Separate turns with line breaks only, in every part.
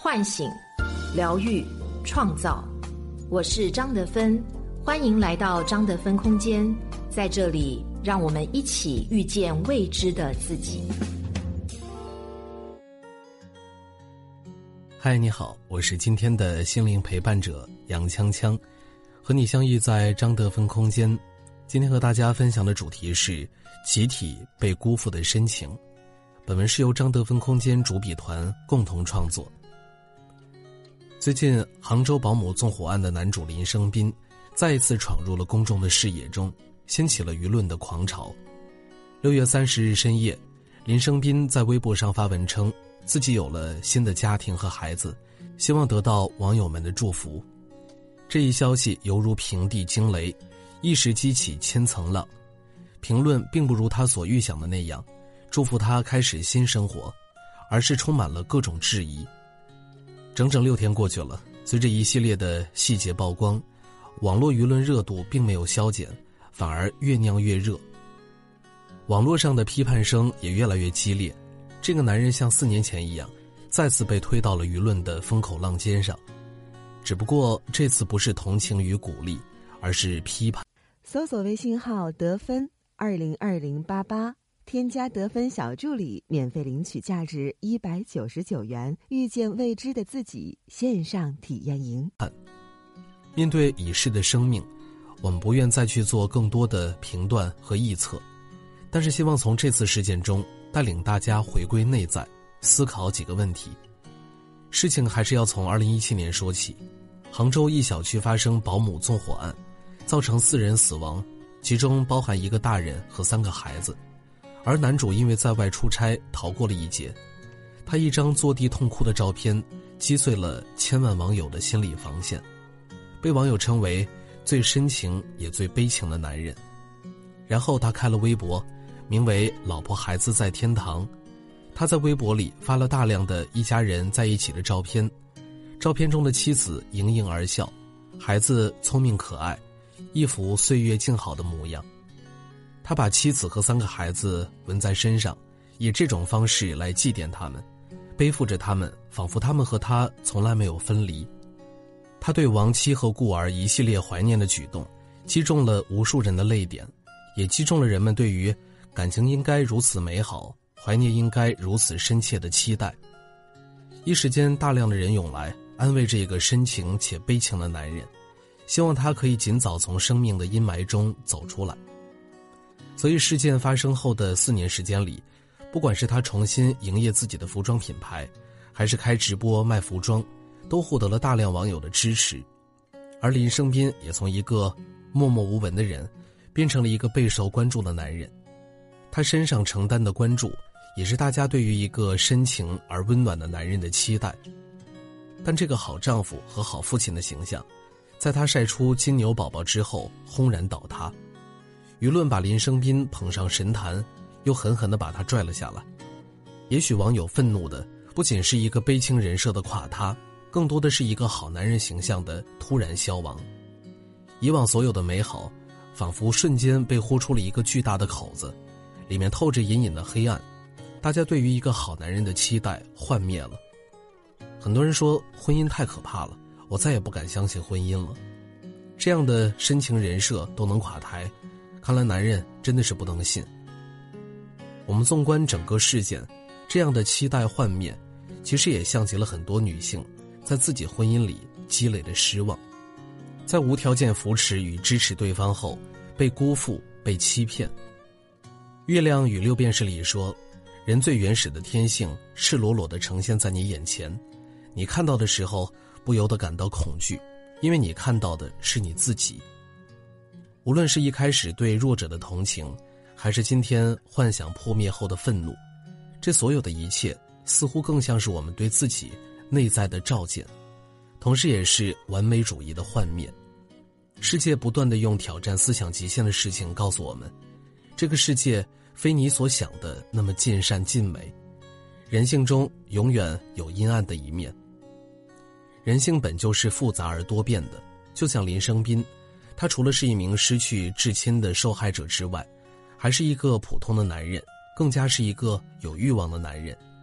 唤醒、疗愈、创造。我是张德芬，欢迎来到张德芬空间，在这里让我们一起遇见未知的自己。
嗨，你好，我是今天的心灵陪伴者杨锵锵，和你相遇在张德芬空间。今天和大家分享的主题是集体被辜负的深情。本文是由张德芬空间主笔团共同创作。最近杭州保姆纵火案的男主林生斌再一次闯入了公众的视野中，掀起了舆论的狂潮。6月30日深夜，林生斌在微博上发文称自己有了新的家庭和孩子，希望得到网友们的祝福。这一消息犹如平地惊雷，一时激起千层浪。评论并不如他所预想的那样祝福他开始新生活，而是充满了各种质疑。整整6天过去了，随着一系列的细节曝光，网络舆论热度并没有消减，反而越酿越热。网络上的批判声也越来越激烈，这个男人像4年前一样，再次被推到了舆论的风口浪尖上。只不过这次不是同情与鼓励，而是批判。
搜索微信号得分202088，添加得分小助理，免费领取价值199元遇见未知的自己线上体验营。
面对已逝的生命，我们不愿再去做更多的评断和臆测，但是希望从这次事件中带领大家回归内在，思考几个问题。事情还是要从2017年说起。杭州一小区发生保姆纵火案，造成4人死亡，其中包含1个大人和3个孩子。而男主因为在外出差逃过了一劫，他一张坐地痛哭的照片击碎了千万网友的心理防线，被网友称为最深情也最悲情的男人。然后他开了微博，名为老婆孩子在天堂。他在微博里发了大量的一家人在一起的照片，照片中的妻子盈盈而笑，孩子聪明可爱，一副岁月静好的模样。他把妻子和3个孩子纹在身上，以这种方式来祭奠他们，背负着他们，仿佛他们和他从来没有分离。他对亡妻和故儿一系列怀念的举动，击中了无数人的泪点，也击中了人们对于感情应该如此美好，怀念应该如此深切的期待。一时间大量的人涌来，安慰这个深情且悲情的男人，希望他可以尽早从生命的阴霾中走出来。所以事件发生后的4年时间里，不管是他重新营业自己的服装品牌，还是开直播卖服装，都获得了大量网友的支持。而林生斌也从一个默默无闻的人变成了一个备受关注的男人。他身上承担的关注，也是大家对于一个深情而温暖的男人的期待。但这个好丈夫和好父亲的形象，在他晒出金牛宝宝之后轰然倒塌。舆论把林生斌捧上神坛，又狠狠地把他拽了下来。也许网友愤怒的不仅是一个悲情人设的垮塌，更多的是一个好男人形象的突然消亡。以往所有的美好，仿佛瞬间被豁出了一个巨大的口子，里面透着隐隐的黑暗。大家对于一个好男人的期待幻灭了。很多人说婚姻太可怕了，我再也不敢相信婚姻了。这样的深情人设都能垮台，看来男人真的是不能信。我们纵观整个事件，这样的期待幻灭，其实也像极了很多女性在自己婚姻里积累的失望，在无条件扶持与支持对方后，被辜负、被欺骗。月亮与六便士里说，人最原始的天性赤裸裸地呈现在你眼前，你看到的时候不由得感到恐惧，因为你看到的是你自己。无论是一开始对弱者的同情，还是今天幻想破灭后的愤怒，这所有的一切似乎更像是我们对自己内在的照见，同时也是完美主义的幻灭。世界不断地用挑战思想极限的事情告诉我们，这个世界非你所想的那么尽善尽美，人性中永远有阴暗的一面。人性本就是复杂而多变的，就像林生斌，他除了是一名失去至亲的受害者之外，还是一个普通的男人，更加是一个有欲望的男人。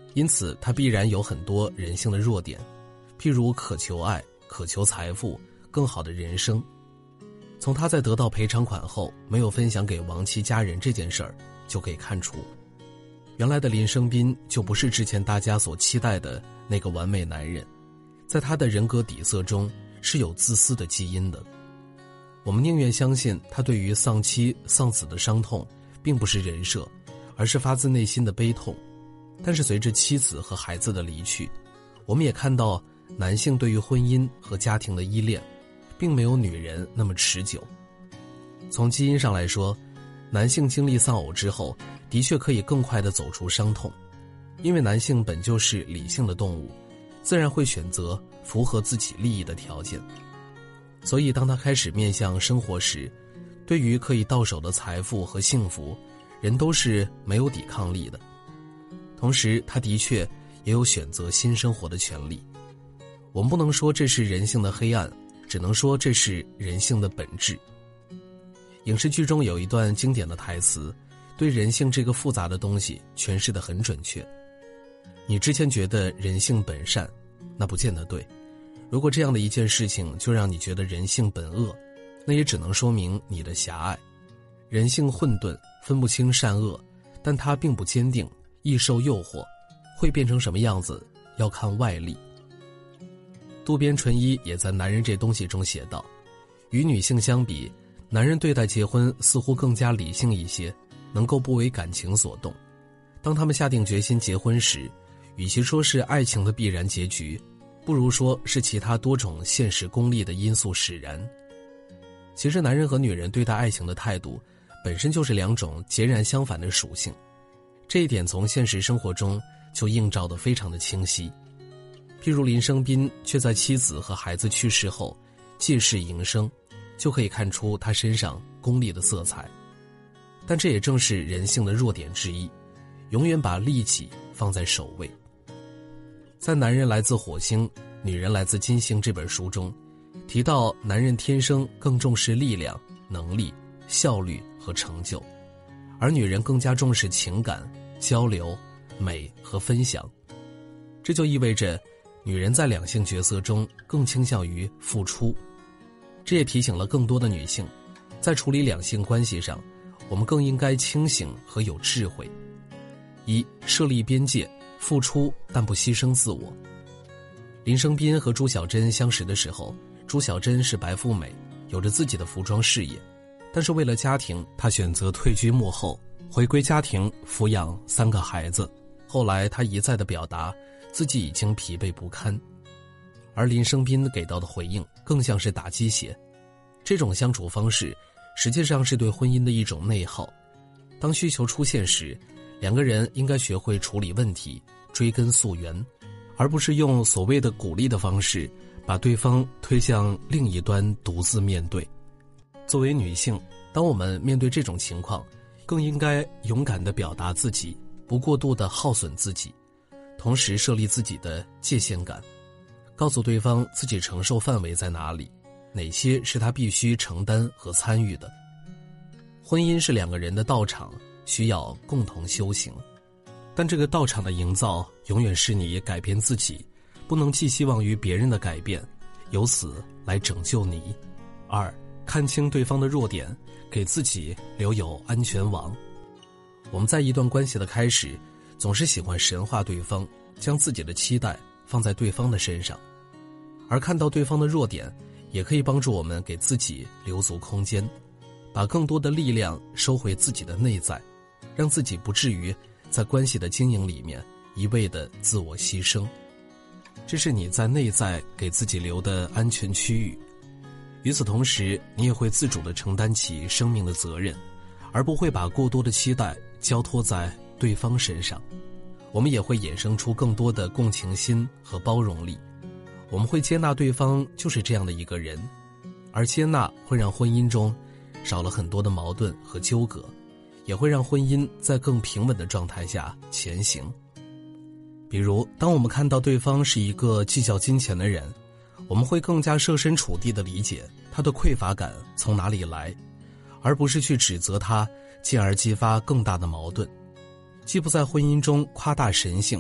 因此他必然有很多人性的弱点，譬如渴求爱、渴求财富、更好的人生。从他在得到赔偿款后没有分享给亡妻家人这件事儿就可以看出，原来的林生斌就不是之前大家所期待的那个完美男人，在他的人格底色中是有自私的基因的。我们宁愿相信他对于丧妻丧子的伤痛并不是人设，而是发自内心的悲痛。但是随着妻子和孩子的离去，我们也看到男性对于婚姻和家庭的依恋并没有女人那么持久。从基因上来说，男性经历丧偶之后的确可以更快地走出伤痛，因为男性本就是理性的动物，自然会选择符合自己利益的条件。所以当他开始面向生活时，对于可以到手的财富和幸福，人都是没有抵抗力的。同时他的确也有选择新生活的权利。我们不能说这是人性的黑暗，只能说这是人性的本质。影视剧中有一段经典的台词，对人性这个复杂的东西诠释得很准确。你之前觉得人性本善，那不见得对。如果这样的一件事情就让你觉得人性本恶，那也只能说明你的狭隘。人性混沌，分不清善恶，但它并不坚定，易受诱惑，会变成什么样子要看外力。渡边淳一也在《男人这东西》中写道，与女性相比，男人对待结婚似乎更加理性一些，能够不为感情所动。当他们下定决心结婚时，与其说是爱情的必然结局，不如说是其他多种现实功利的因素使然。其实男人和女人对待爱情的态度本身就是两种截然相反的属性，这一点从现实生活中就映照得非常的清晰。譬如林生斌却在妻子和孩子去世后借势营生，就可以看出他身上功利的色彩。但这也正是人性的弱点之一，永远把利己放在首位。在《男人来自火星，女人来自金星》这本书中提到，男人天生更重视力量、能力、效率和成就，而女人更加重视情感、交流、美和分享。这就意味着女人在两性角色中更倾向于付出。这也提醒了更多的女性，在处理两性关系上，我们更应该清醒和有智慧。一、设立边界，付出但不牺牲自我。林生斌和朱小珍相识的时候，朱小珍是白富美，有着自己的服装事业，但是为了家庭，她选择退居幕后，回归家庭抚养3个孩子。后来她一再地表达自己已经疲惫不堪，而林生斌给到的回应更像是打鸡血。这种相处方式实际上是对婚姻的一种内耗。当需求出现时，两个人应该学会处理问题，追根溯源，而不是用所谓的鼓励的方式把对方推向另一端独自面对。作为女性，当我们面对这种情况，更应该勇敢地表达自己，不过度地耗损自己，同时设立自己的界限感，告诉对方自己承受范围在哪里，哪些是他必须承担和参与的。婚姻是两个人的道场，需要共同修行，但这个道场的营造永远是你改变自己，不能寄希望于别人的改变，由此来拯救你。2、看清对方的弱点，给自己留有安全网。我们在一段关系的开始，总是喜欢神化对方，将自己的期待放在对方的身上，而看到对方的弱点，也可以帮助我们给自己留足空间，把更多的力量收回自己的内在，让自己不至于在关系的经营里面一味的自我牺牲。这是你在内在给自己留的安全区域。与此同时，你也会自主地承担起生命的责任，而不会把过多的期待交托在对方身上。我们也会衍生出更多的共情心和包容力，我们会接纳对方就是这样的一个人，而接纳会让婚姻中少了很多的矛盾和纠葛，也会让婚姻在更平稳的状态下前行。比如，当我们看到对方是一个计较金钱的人，我们会更加设身处地地理解他的匮乏感从哪里来，而不是去指责他，进而激发更大的矛盾。既不在婚姻中夸大神性，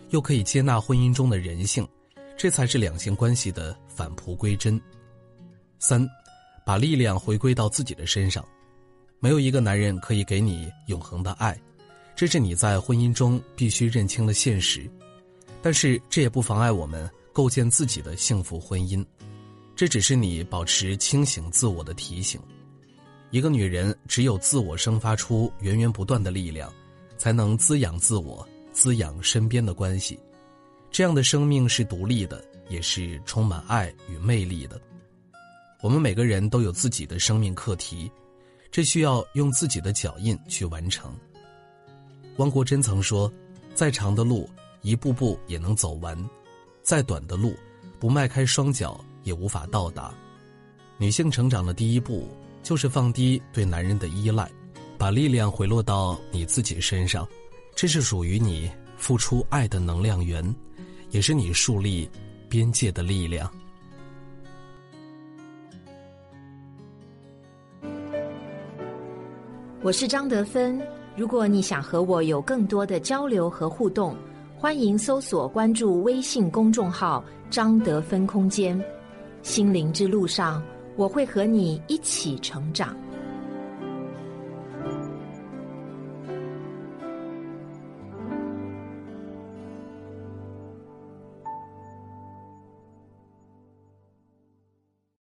又可以接纳婚姻中的人性，这才是两性关系的返璞归真。3，把力量回归到自己的身上。没有一个男人可以给你永恒的爱，这是你在婚姻中必须认清的现实。但是这也不妨碍我们构建自己的幸福婚姻，这只是你保持清醒自我的提醒。一个女人只有自我生发出源源不断的力量，才能滋养自我，滋养身边的关系。这样的生命是独立的，也是充满爱与魅力的。我们每个人都有自己的生命课题，这需要用自己的脚印去完成。汪国真曾说，再长的路一步步也能走完，再短的路不迈开双脚也无法到达。女性成长的第一步就是放低对男人的依赖，把力量回落到你自己身上，这是属于你付出爱的能量源，也是你树立边界的力量。
我是张德芬，如果你想和我有更多的交流和互动，欢迎搜索关注微信公众号张德芬空间。心灵之路上，我会和你一起成长。